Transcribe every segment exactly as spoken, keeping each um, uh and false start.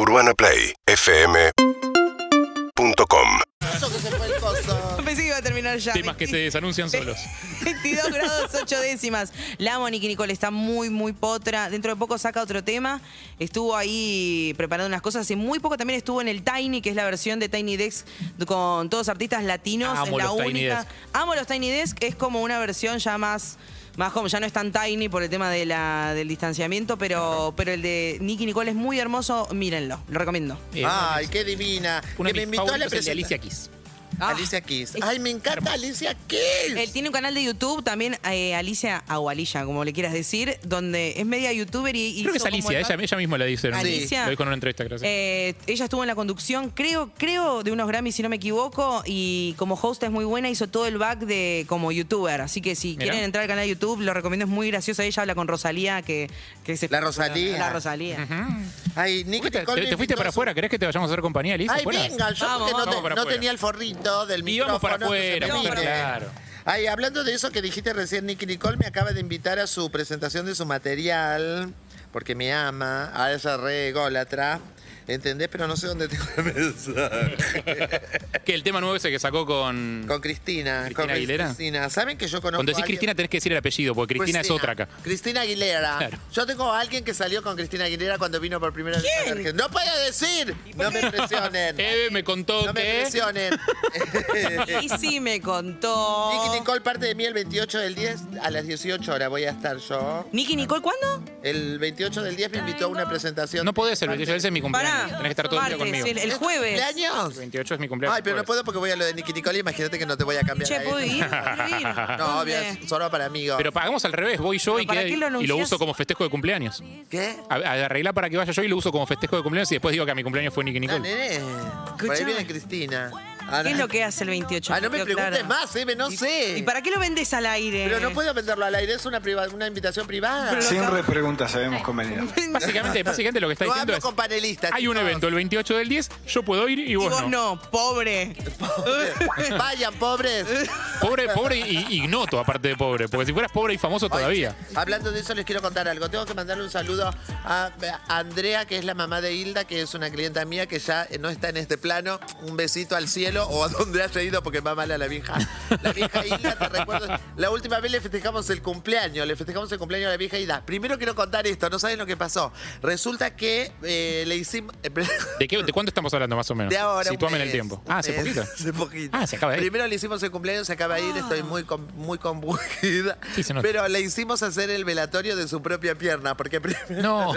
urbana play f m punto com. Eso que se fue el coso. Pensé que iba a terminar ya. Temas que se desanuncian solos. veintidós grados ocho décimas. La amo, Nicky Nicole está muy, muy potra. Dentro de poco saca otro tema. Estuvo ahí preparando unas cosas. Hace muy poco también estuvo en el Tiny, que es la versión de Tiny Desk con todos artistas latinos. Amo es la los Tiny única. Desk. Amo los Tiny Desk. Es como una versión ya más. Más home, ya no es tan tiny por el tema de la, del distanciamiento, pero, pero el de Nicky Nicole es muy hermoso. Mírenlo, lo recomiendo. Eh, Ay, qué divina. Uno Que de me mis invitó a la favoritos es el de Alicia presentación. Keys. Ah, Alicia Keys. es Ay, me encanta Alicia Keys. Él tiene un canal de YouTube también, eh, Alicia Agualilla, como le quieras decir, donde es media youtuber y Creo que es hizo como Alicia, el- ella, ella misma la dice. ¿no? Alicia. Lo dijo en una entrevista, creo. Sí. Eh, ella estuvo en la conducción, creo, creo, de unos Grammys, si no me equivoco, y como host es muy buena, hizo todo el back de como youtuber. Así que si Mirá. quieren entrar al canal de YouTube, lo recomiendo, es muy graciosa. Ella habla con Rosalía, que, que se La Rosalía. La Rosalía. Ay, Nicky ¿Fuiste- Nicole te, me te fuiste invitó para a su- afuera? ¿Querés que te vayamos a hacer compañía, Alicia? Ay, afuera? venga, yo Vamos, porque no, vamos te- para no afuera. tenía el forrito del Y vamos para micrófono. que se afuera, me vamos para mire. claro. Ay, hablando de eso que dijiste recién, Nicky Nicole me acaba de invitar a su presentación de su material, porque me ama, a esa re ególatra, ¿entendés? Pero no sé dónde tengo el mensaje. Que el tema nuevo ese que sacó con... Con Cristina. ¿Cristina con Aguilera? Cristina. ¿Saben que yo conozco Cuando a decís alguien? Cristina tenés que decir el apellido, porque Cristina, es otra acá. Cristina Aguilera. Claro. Yo tengo a alguien que salió con Cristina Aguilera cuando vino por primera vez a Argentina. ¡No puedo decir! No me presionen. Eve me contó No me que... presionen. Y sí me contó. Nicky Nicole parte de mí el veintiocho del diez a las dieciocho horas voy a estar yo. Nicky Nicole, ¿cuándo? El veintiocho del diez me invitó a una presentación. No podés, el veintiocho, ese es mi cumpleaños. Pará. Tenés que estar todo el día Martes, conmigo. el, el jueves. ¿De años? El veintiocho es mi cumpleaños. Ay, pero no puedo porque voy a lo de Nicky Nicole. Imagínate que no te voy a cambiar. Che, a ¿puedo eso. ir? ¿Puedo ir? No, obvio, ¿Dónde? es solo para amigos. Pero hagamos al revés, voy yo ¿Pero y, para queda- qué lo y lo anunciás? uso como festejo de cumpleaños. ¿Qué? A- Arreglá para que vaya yo y lo uso como festejo de cumpleaños y después digo que a mi cumpleaños fue Nicky Ah, Nicole. nene. Por ahí Escuchame. viene Cristina. Ah, ¿Qué es no. lo que hace el veintiocho? Ah, no me Quedó preguntes claro. más, Eve, no sé. ¿Y para qué lo vendes al aire? Pero no puedo venderlo al aire, es una, priva- una invitación privada. Pero- Sin repreguntas sabemos convenir. Básicamente, básicamente lo que está No diciendo hablo es... con panelistas. Hay un chicos. evento el veintiocho del diez, yo puedo ir y Y vos, vos no. no, pobre. Vayan, pobres. Pobre, pobre y ignoto, aparte de pobre. Porque si fueras pobre y famoso todavía. Oye, hablando de eso, les quiero contar algo. Tengo que mandarle un saludo a a Andrea, que es la mamá de Hilda, que es una clienta mía que ya no está en este plano. Un besito al cielo o a donde haya ido, porque va mal a la vieja. La vieja Hilda, te recuerdo. La última vez le festejamos el cumpleaños. Le festejamos el cumpleaños a la vieja Hilda. Primero quiero contar esto, no saben lo que pasó. Resulta que eh, le hicimos. ¿De, qué, ¿De cuánto estamos hablando, más o menos? De ahora. un Situame en el mes, tiempo. un Ah, hace mes, poquito. Hace poquito. Ah, se acaba de ir. Primero le hicimos el cumpleaños, se acaba de ir, estoy muy, con- muy compungida. Sí, se nota. Pero le hicimos hacer el velatorio de su propia pierna, porque primero. No.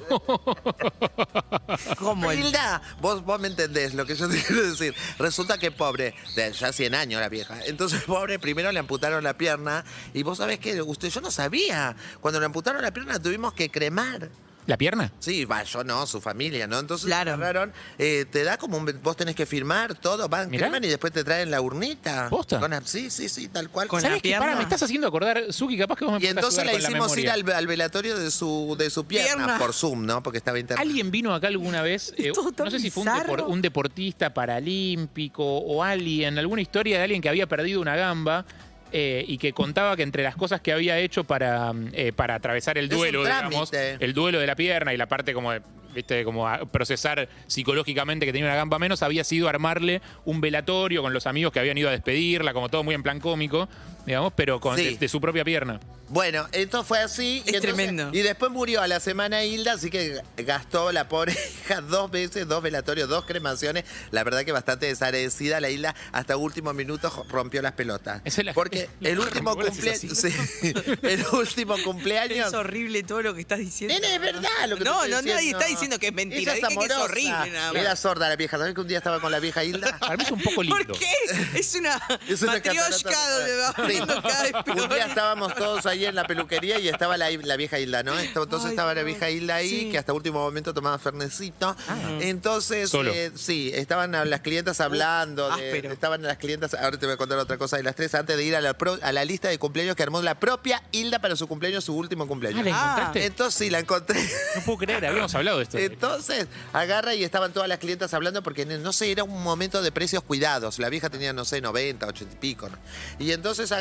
¿Cómo el- Hilda, vos, vos me entendés lo que yo te quiero decir. Resulta que pobre, de ya cien años la vieja. Entonces, pobre, primero le amputaron la pierna. Y vos sabés que usted, yo no sabía. Cuando le amputaron la pierna tuvimos que cremar. ¿La pierna? Sí, va, yo no, su familia, ¿no? Entonces Claro. agarraron, eh, te da como un, vos tenés que firmar todo, van, Mirá. creman y después te traen la urnita. ¿Posta? Con la- sí, sí, sí, tal cual. Con ¿Sabés la qué? pierna. Pará, me estás haciendo acordar, Suki, capaz que vos me Y podés entonces ayudar la con hicimos ir memoria. al, al velatorio de su, de su pierna, Pierna. por Zoom, ¿no? Porque estaba internado. ¿Alguien vino acá alguna vez? eh, todo tan no sé si fue un, bizarro. depor- un deportista paralímpico o alguien, alguna historia de alguien que había perdido una gamba eh, y que contaba que entre las cosas que había hecho para, eh, para atravesar el Es un duelo, digamos, trámite. el duelo de la pierna y la parte como de, viste, como a procesar psicológicamente que tenía una gamba menos, había sido armarle un velatorio con los amigos que habían ido a despedirla, como todo muy en plan cómico, digamos, pero con, Sí. de, de su propia pierna. Bueno, esto fue así. Es y entonces- tremendo. Y después murió a la semana Hilda, así que gastó la pobre hija dos veces, dos velatorios, dos cremaciones. La verdad que bastante desagradecida. La Hilda hasta último minuto jo- rompió las pelotas. Esa es la- Porque la- el último ¿vos decís cumpleaños. Sí, el último cumpleaños. Es horrible todo lo que estás diciendo. Nene, es verdad lo que te No, estoy no, nadie diciendo. está diciendo que es mentira. Ella Dije que es amorosa. horrible, nada más. Era sorda la vieja. ¿Sabes que un día estaba con la vieja Hilda? Para mí es un poco lindo. ¿Por qué? Es una Es una matrioshka catarata. donde va Sí. poniendo cada vez Un peor. día estábamos todos ahí en la peluquería y estaba la, la vieja Hilda, ¿no? Esto- Entonces Ay, estaba la Dios. vieja Hilda ahí, Sí. que hasta último momento tomaba fernecito. Entonces, Solo. eh, sí, estaban a- las clientas hablando. de- áspero. estaban las clientas, ahora te voy a contar otra cosa de las tres, antes de ir a la, pro- a la lista de cumpleaños que armó la propia Hilda para su cumpleaños, su último cumpleaños. Ah, ¿la encontraste? Entonces sí, la encontré. No puedo creer, habíamos hablado de esto. Entonces, agarra y estaban todas las clientas hablando porque, no sé, era un momento de precios cuidados. La vieja tenía, no sé, noventa, ochenta y pico. ¿no? Y entonces agarra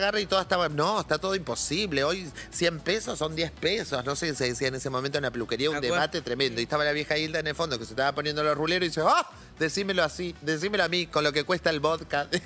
agarra y todo estaba, no, está todo imposible. Hoy cien pesos son diez pesos. No sé qué se decía en ese momento en la peluquería, un debate tremendo. Y estaba la vieja Hilda en el fondo que se estaba poniendo los ruleros y dice, ¡ah! Decímelo así, decímelo a mí, con lo que cuesta el vodka. Lo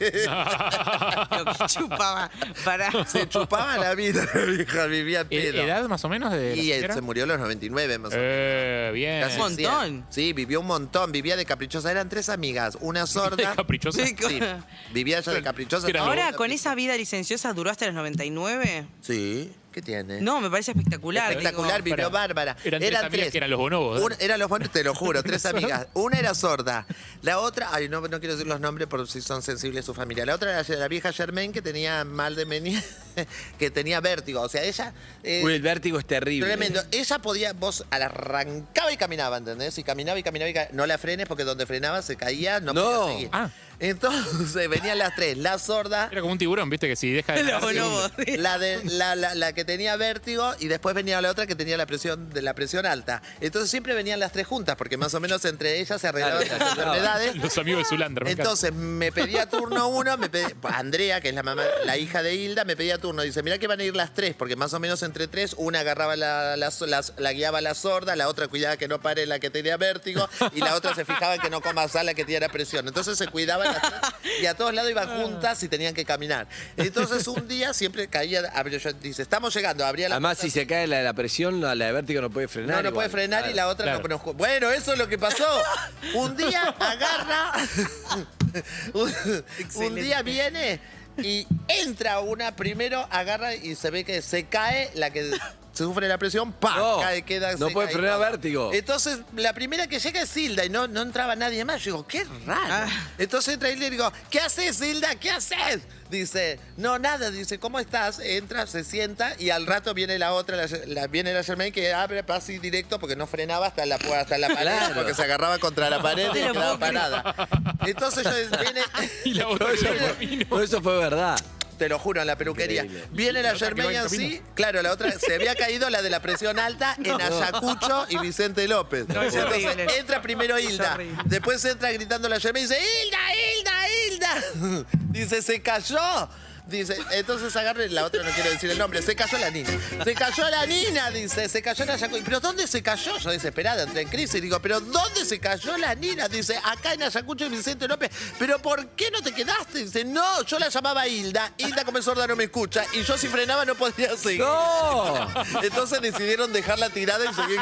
que chupaba. Para. Se chupaba la vida, la vieja, vivía en pedo. ¿Edad más o menos de Y la él señora? se murió a los noventa y nueve, más o menos. Eh, bien. Casi Un montón. cien. Sí, vivió un montón, vivía de caprichosa. Eran tres amigas, una sorda. Caprichosa. Sí, Sí, vivía ella de caprichosa. Era Ahora, No, con esa vida licenciosa, ¿duró hasta los noventa y nueve? Sí, ¿qué tiene? No, me parece espectacular. Espectacular, digo. vivió Pará. bárbara. Eran tres amigas que eran los bonobos, ¿eh? Un- eran los bonobos, te lo juro, tres amigas. Una era sorda. La otra, ay, no, no quiero decir los nombres por si son sensibles su familia. La otra era la vieja Germain, que tenía mal de menía, que tenía vértigo. O sea, ella... eh, Uy, el vértigo es terrible. Tremendo. Ella podía, vos arrancaba y caminaba, ¿entendés? Y caminaba y caminaba y ca- no la frenes porque donde frenaba se caía, no, No. podía seguir. Ah. Entonces venían las tres, la sorda, Era como un tiburón, viste, que si deja de... Los bonobos. la, de, la, la, la que tenía vértigo y después venía la otra que tenía la presión de la presión alta. Entonces siempre venían las tres juntas porque más o menos entre ellas se arreglaban Claro. las enfermedades. Los amigos de Zulander. me encanta. Entonces me pedía turno uno, me pedía- Andrea, que es la mamá, la hija de Hilda, me pedía turno. Dice, mirá que van a ir las tres, porque más o menos entre tres, una agarraba la, la, la- la guiaba a la sorda, la otra cuidaba que no pare la que tenía vértigo, y la otra se fijaba en que no coma sal la que tenía presión. Entonces se cuidaban las tres, y a todos lados iban juntas y tenían que caminar. Entonces un día siempre caía, abrió, yo- dice, estamos llegando, abría la Además, puerta, si se cae la de la presión, la la de vértigo no puede frenar. no, no puede igual. frenar y Claro. la otra Claro. no, no. Bueno, eso es lo que pasó. Un día agarra. un, un día viene y entra una primero, agarra y se ve que se cae la que sufre la presión, ¡pam! No, cae, queda. no se puede cae frenar todo. vértigo. Entonces, la primera que llega es Hilda y no, no entraba nadie más. Yo digo, qué raro. Ah. Entonces entra Hilda y le digo, ¿qué haces, Hilda? ¿Qué haces? Dice, no, nada. Dice, ¿cómo estás? Entra, se sienta y al rato viene la otra, la, la- viene la Germain que abre así directo porque no frenaba hasta la, hasta la pared, Claro. porque se agarraba contra la pared y Te lo quedaba puedo creer. parada. Entonces yo viene, Y la otra No, eso, que iba en fue, camino. no, eso fue verdad. te lo juro, en la peluquería. Increíble. Viene la otra que Germain va en así, camino. claro, la otra, se había caído la de la presión alta en Ayacucho y Vicente López. No, es Entonces, horrible. entra primero Hilda, horrible. después entra gritando la Germain y dice, Hilda, Hilda, Hilda. Dice, se cayó. Dice, entonces agarre, la otra no quiero decir el nombre, se cayó la niña. Se cayó la niña, dice, se cayó en Ayacucho. ¿Pero dónde se cayó? Yo desesperada, entré en crisis. Digo, ¿pero dónde se cayó la niña? Dice, acá en Ayacucho y Vicente López. ¿Pero por qué no te quedaste? Dice, no, yo la llamaba Hilda. Hilda como es sorda no me escucha. Y yo si frenaba no podía seguir. ¡No! Entonces decidieron dejarla tirada y seguir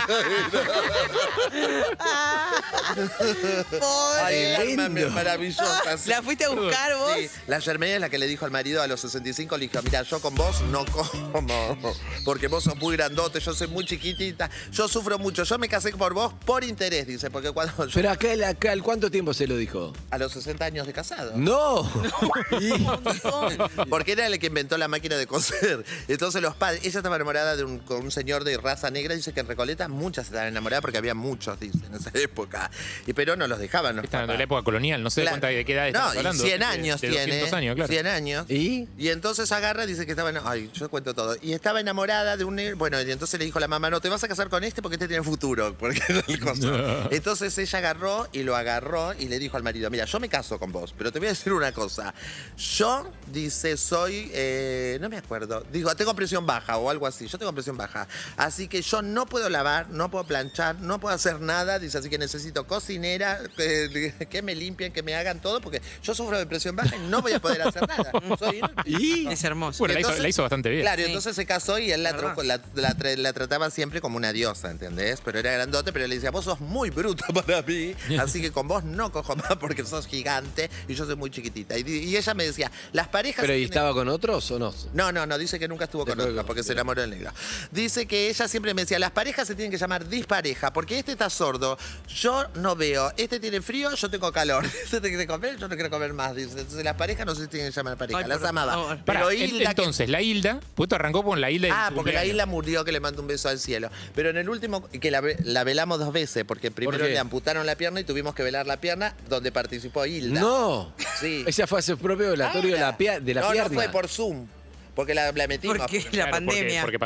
Pobre. Ay, alma lindo. maravillosa. sí. ¿La fuiste a buscar vos? Sí, la Germain es la que le dijo al marido a los sesenta y cinco, le dijo, mira, yo con vos no como, porque vos sos muy grandote, yo soy muy chiquitita, yo sufro mucho, yo me casé por vos por interés, dice, porque cuando yo, Pero acá, acá, ¿al cuánto tiempo se lo dijo? a los sesenta años de casado. ¡No! Y- Porque era el que inventó la máquina de coser. Entonces los padres, ella estaba enamorada de un, con un señor de raza negra, dice que en Recoleta muchas estaban enamoradas porque había muchos, dice, en esa época. Y pero no los dejaban los Esta de papás. la época colonial, no sé Claro. cuánta de qué edad No, estamos y hablando. cien de- años de tiene. doscientos años, claro. cien años. ¿Y? Y entonces agarra, dice que estaba, en- ay, yo cuento todo. Y estaba enamorada de un negro, bueno, y entonces le dijo a la mamá, no, te vas a casar con este porque este tiene futuro, porque era el coso. Entonces ella agarró y lo agarró y le dijo al marido, mira, yo me caso con vos, pero te voy a decir una cosa. Yo, dice, soy, eh, no me acuerdo, digo, tengo presión baja o algo así, yo tengo presión baja. Así que yo no puedo lavar, no puedo planchar, no puedo hacer nada, dice, así que necesito cocinera, que, que me limpien, que me hagan todo, porque yo sufro de presión baja y no voy a poder hacer nada. Soy inútil. ¿Y? Es hermoso. Bueno, la hizo, Entonces- la hizo bastante bien. Claro, y Sí. entonces se casó y él la, ¿Verdad? tro- la, la tra- la trataba siempre como una diosa, ¿entendés? Pero era grandote, pero le decía, vos sos muy bruto para mí, así que con vos no cojo más porque sos gigante y yo soy muy chiquitita. Y, di- y ella me decía, las parejas... ¿Pero y tienen- estaba con otros o no? No, no, no, dice que nunca estuvo con Después- otro porque se enamoró del negro. Dice que ella siempre me decía, las parejas se tienen que llamar dispareja, porque este está sordo, yo no veo, este tiene frío, yo tengo calor, este te quiere comer, yo no quiero comer más. Dice, entonces las parejas no se tienen que llamar pareja, Ay, las por amaba. favor. Pará, Pero en- Hilda, que- entonces, la Hilda, pues esto arrancó con la Hilda de Ah, su porque la cumpleaños. isla murió, que le mando un beso al cielo. Pero en el último, que la, ve- la velamos dos veces, porque primero qué? le amputaron la pierna y tuvimos que velar la pierna, donde participó Hilda. ¡No! Sí. Esa fue a su propio velatorio de la, pia- de la no, pierna. no fue por Zoom, porque la, la metimos. Porque la Claro, porque- pandemia. Porque, pandemia.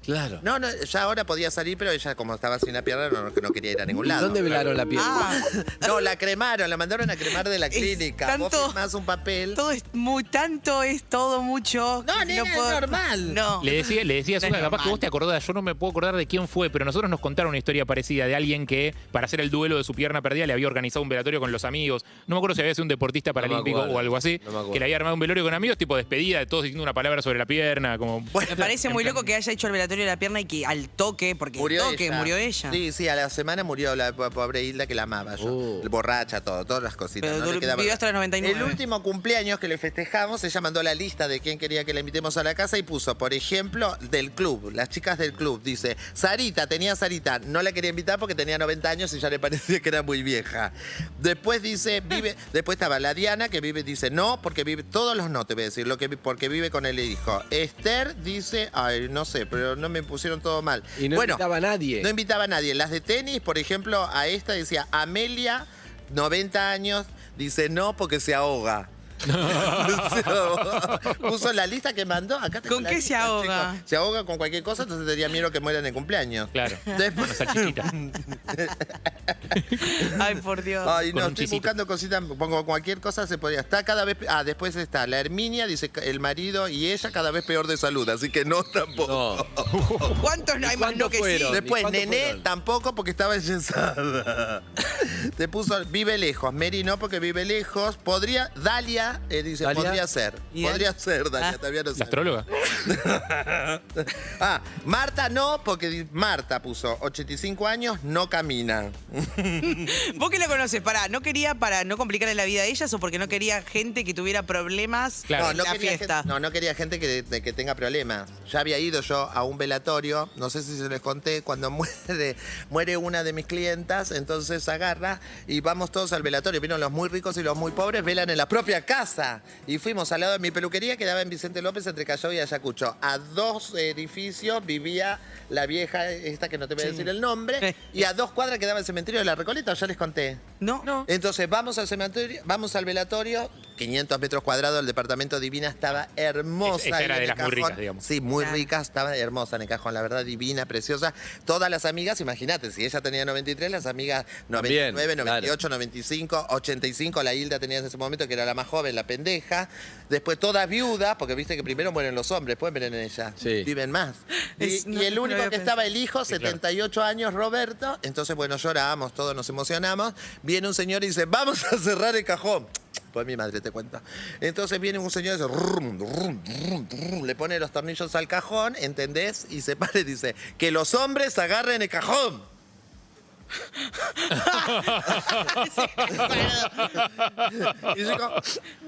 Claro. No, no, ya ahora podía salir, pero ella como estaba sin la pierna no, no quería ir a ningún lado. ¿Dónde velaron la pierna? Ah, No, la cremaron, la mandaron a cremar de la Es clínica. Vos tanto- firmás un papel. todo es muy, tanto es todo mucho. No, nena, es normal. No. Le decía, le decía a No es Zucca, capaz normal. que vos te acordás, yo no me puedo acordar de quién fue, pero nosotros nos contaron una historia parecida de alguien que, para hacer el duelo de su pierna perdida, le había organizado un velatorio con los amigos. No me acuerdo si había sido un deportista paralímpico acuerdo, o algo así, no me acuerdo. que le había armado un velorio con amigos, tipo despedida, de todos diciendo una palabra sobre la pierna, como... Me parece muy loco que haya hecho el velatorio de la pierna y que al toque, porque Murió al toque ella. murió ella. Sí, sí, a la semana murió la po- pobre Hilda que la amaba yo. Oh. Borracha, todo, todas las cositas. Pero ¿no? Le dur- quedaba- vivió hasta los noventa y nueve. El último cumpleaños que le festejamos, ella mandó la lista de quién quería que la invitemos a la casa y puso, por ejemplo, del club, las chicas del club. Dice, Sarita, tenía Sarita, no la quería invitar porque tenía noventa años y ya le parecía que era muy vieja. Después dice, vive, después estaba la Diana que vive, dice, no, porque vive, todos los no te voy a decir, lo que, vi- porque vive con el hijo. Esther dice, ay, no sé, pero no me pusieron todo mal. Y no Bueno, invitaba a nadie. no invitaba a nadie. Las de tenis, por ejemplo, a esta decía Amelia, noventa años, dice no porque se ahoga. Se ahoga. Puso la lista que mandó. Acá tengo ¿Con la qué lista, se ahoga? chicos. Se ahoga con cualquier cosa, entonces tenía miedo que muera en el cumpleaños. Claro, Después- una salchichita. Ay, por Dios. Ay, Con no, un estoy chisito. buscando cositas, pongo cualquier cosa se podría. Está cada vez. Ah, después está la Herminia, dice el marido y ella cada vez peor de salud, así que no tampoco. No. ¿Cuántos no hay más cuántos no que fueron? sí? Después, ¿Cuántos Nené fueron? tampoco porque estaba enyesada. Te puso vive lejos. Mary no porque vive lejos. Podría, Dalia, eh, dice, ¿Dalia? podría ser. ¿Y Podría Dalia? ser, Dalia, Ah. todavía no ¿La sé. astróloga? Ah, Marta no, porque di- Marta puso ochenta y cinco años, no camina. ¿Vos que lo conoces? Pará, ¿no quería para no complicarle la vida a ellas o porque no quería gente que tuviera problemas Claro. en no, la quería fiesta? gente, no, no quería gente que, de- que tenga problemas. Ya había ido yo a un velatorio, no sé si se les conté, cuando muere, muere una de mis clientas, entonces agarra y vamos todos al velatorio. Vieron los muy ricos y los muy pobres, velan en la propia casa. Y fuimos al lado de mi peluquería, quedaba en Vicente López, entre Callao y Ayacucho. A dos edificios vivía la vieja, esta que no te voy a decir el nombre, y a dos cuadras quedaba el cementerio de la Recoleta, ya les conté. No, no. Entonces vamos al cementerio, vamos al velatorio, quinientos metros cuadrados, el departamento Divina estaba hermosa. Esa ahí era en de el las muy cajón. ricas, digamos. Sí, muy Claro. rica, estaba hermosa en el cajón, la verdad, divina, preciosa. Todas las amigas, imagínate, si ella tenía noventa y tres, las amigas noventa y nueve, También, noventa y ocho, noventa y cinco, ochenta y cinco, la Hilda tenía en ese momento, que era la más joven, la pendeja. Después todas viudas, porque viste que primero mueren los hombres, después mueren ellas. Sí. Viven más. Y, Es- y no, el no único había que pensado. estaba el hijo, claro. setenta y ocho años, Roberto. Entonces, bueno, lloramos, todos nos emocionamos. Viene un señor y dice, vamos a cerrar el cajón. Pues mi madre te cuenta. Entonces viene un señor y dice, rum, rum, rum, rum, le pone los tornillos al cajón, ¿entendés? Y se para y dice, que los hombres agarren el cajón. Y yo como,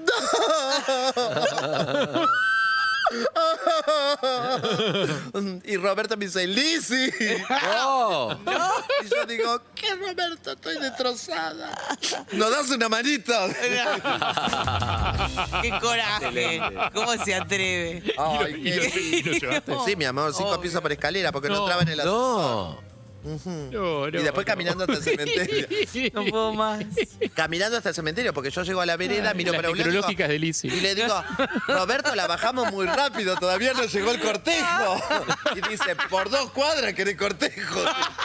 ¡no! Y Roberto me dice, Lizzy. ¡Oh! Y yo digo, ¿qué Roberto? Estoy destrozada. ¿Nos das una manito? ¡Qué coraje! ¿Cómo se atreve? Ay, Y qué lo- lindo. y lo llevaste. Sí, mi amor, cinco Obvio. pisos por escalera porque no, No, entraba en el ascensor. No. No, no, Y después no. caminando hasta el cementerio. No puedo más. Caminando hasta el cementerio, porque yo llego a la vereda, miro Las para un lado y digo- necrológicas de Lizzy. y le digo, Roberto, la bajamos muy rápido, todavía no llegó el cortejo. Y dice, por dos cuadras que el cortejo.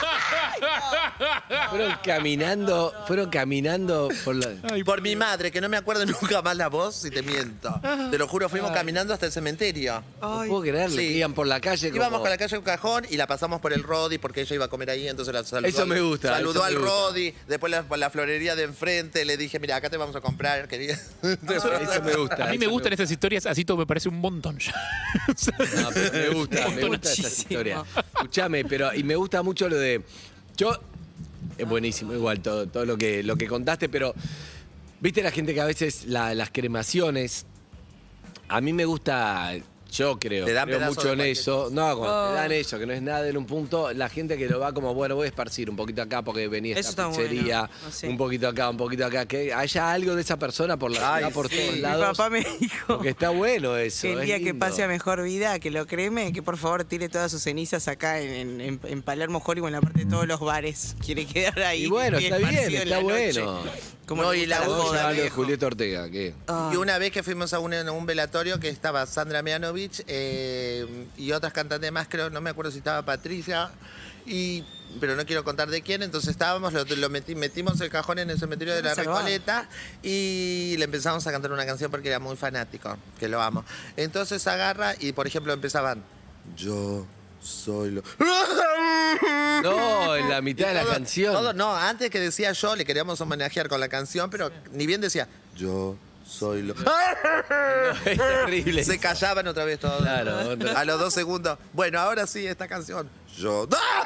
Fueron caminando, fueron caminando por la... Por mi madre, que no me acuerdo nunca más la voz, si te miento. Te lo juro, fuimos caminando hasta el cementerio. No puedo creerle Sí. que iban por la calle como... Íbamos con la calle un cajón y la pasamos por el Rodi porque ella iba a comer ahí, entonces la saludó. Eso me gusta, Saludó eso al me gusta. Rodi, después la, la florería de enfrente, le dije, mira, acá te vamos a comprar, querida. Eso me gusta. A mí me eso gustan esas historias, así todo me parece un montón ya. No, pero me gusta, me gusta esa Muchísimo. historia. Escúchame, pero y me gusta mucho lo de. Yo. Es buenísimo, igual todo, todo lo que lo que contaste, pero. ¿Viste la gente que a veces la- las cremaciones? A mí me gusta. Yo creo, Te dan creo pedazo mucho de en cualquier eso. No, cuando Oh. te dan eso, que no es nada en un punto, la gente que lo va como, bueno, voy a esparcir un poquito acá porque venía Eso esta está pizzería, bueno, no sé. un poquito acá, un poquito acá, que haya algo de esa persona por la Ay, ciudad, por sí. todos Mi Mi lados. papá me dijo Porque está bueno eso. que el es día que lindo. pase a mejor vida, que lo creme, que por favor tire todas sus cenizas acá en, en, en Palermo, Hollywood, en la parte de todos los bares. Quiere quedar ahí. Y bueno, está bien, esparcido en está la bueno. noche. Como No, le y gusta la la voz, joda, Ya lo de viejo. Julieta Ortega, ¿qué? Y una vez que fuimos a un, a un velatorio que estaba Sandra Mianovich eh, y otras cantantes más, creo, no me acuerdo si estaba Patricia, y, pero no quiero contar de quién, entonces estábamos, lo, lo meti- metimos el cajón en el cementerio de la Salvado. Recoleta y le empezamos a cantar una canción porque era muy fanático, que lo amo. Entonces agarra y, por ejemplo, empezaban, yo soy lo... No, en la mitad de la Todo- canción. todo- no, antes que decía yo, le queríamos homenajear con la canción, pero ni bien decía, yo soy lo... Es terrible. Se callaban otra vez todos. Claro, otra- A los dos segundos. Bueno, ahora sí, esta canción. Yo.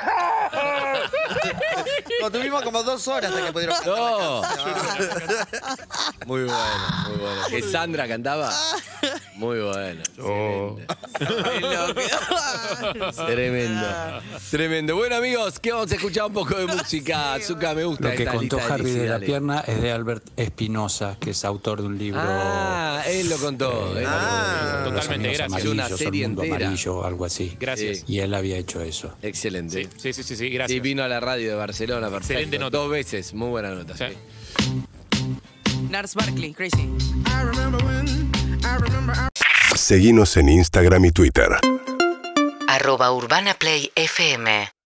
Lo tuvimos como dos horas hasta que pudieron cantar No. la canción. Muy bueno, muy bueno. ¿Que Sandra cantaba? Muy bueno. Oh. Tremendo. Tremendo. Bueno, amigos, ¿qué vamos a escuchar un poco de música? Azúcar, me gusta Lo que esta contó lista Harry de la dale. pierna es de Albert Espinosa, que es autor de un libro. Ah, él lo contó. eh, él lo Ah. contó. Los Totalmente, Amigos gracias. Hizo una Amarillos, o El serie Mundo entera. Amarillo, algo así. Gracias. Sí. Y él había hecho eso. Excelente. Sí, sí, sí, sí, sí, Y gracias. vino a la radio de Barcelona, perfecto. Excelente nota. Dos veces, muy buena nota. Sí. Nars Barkley, crazy. Seguinos en Instagram y Twitter. Arroba Urbana Play F M.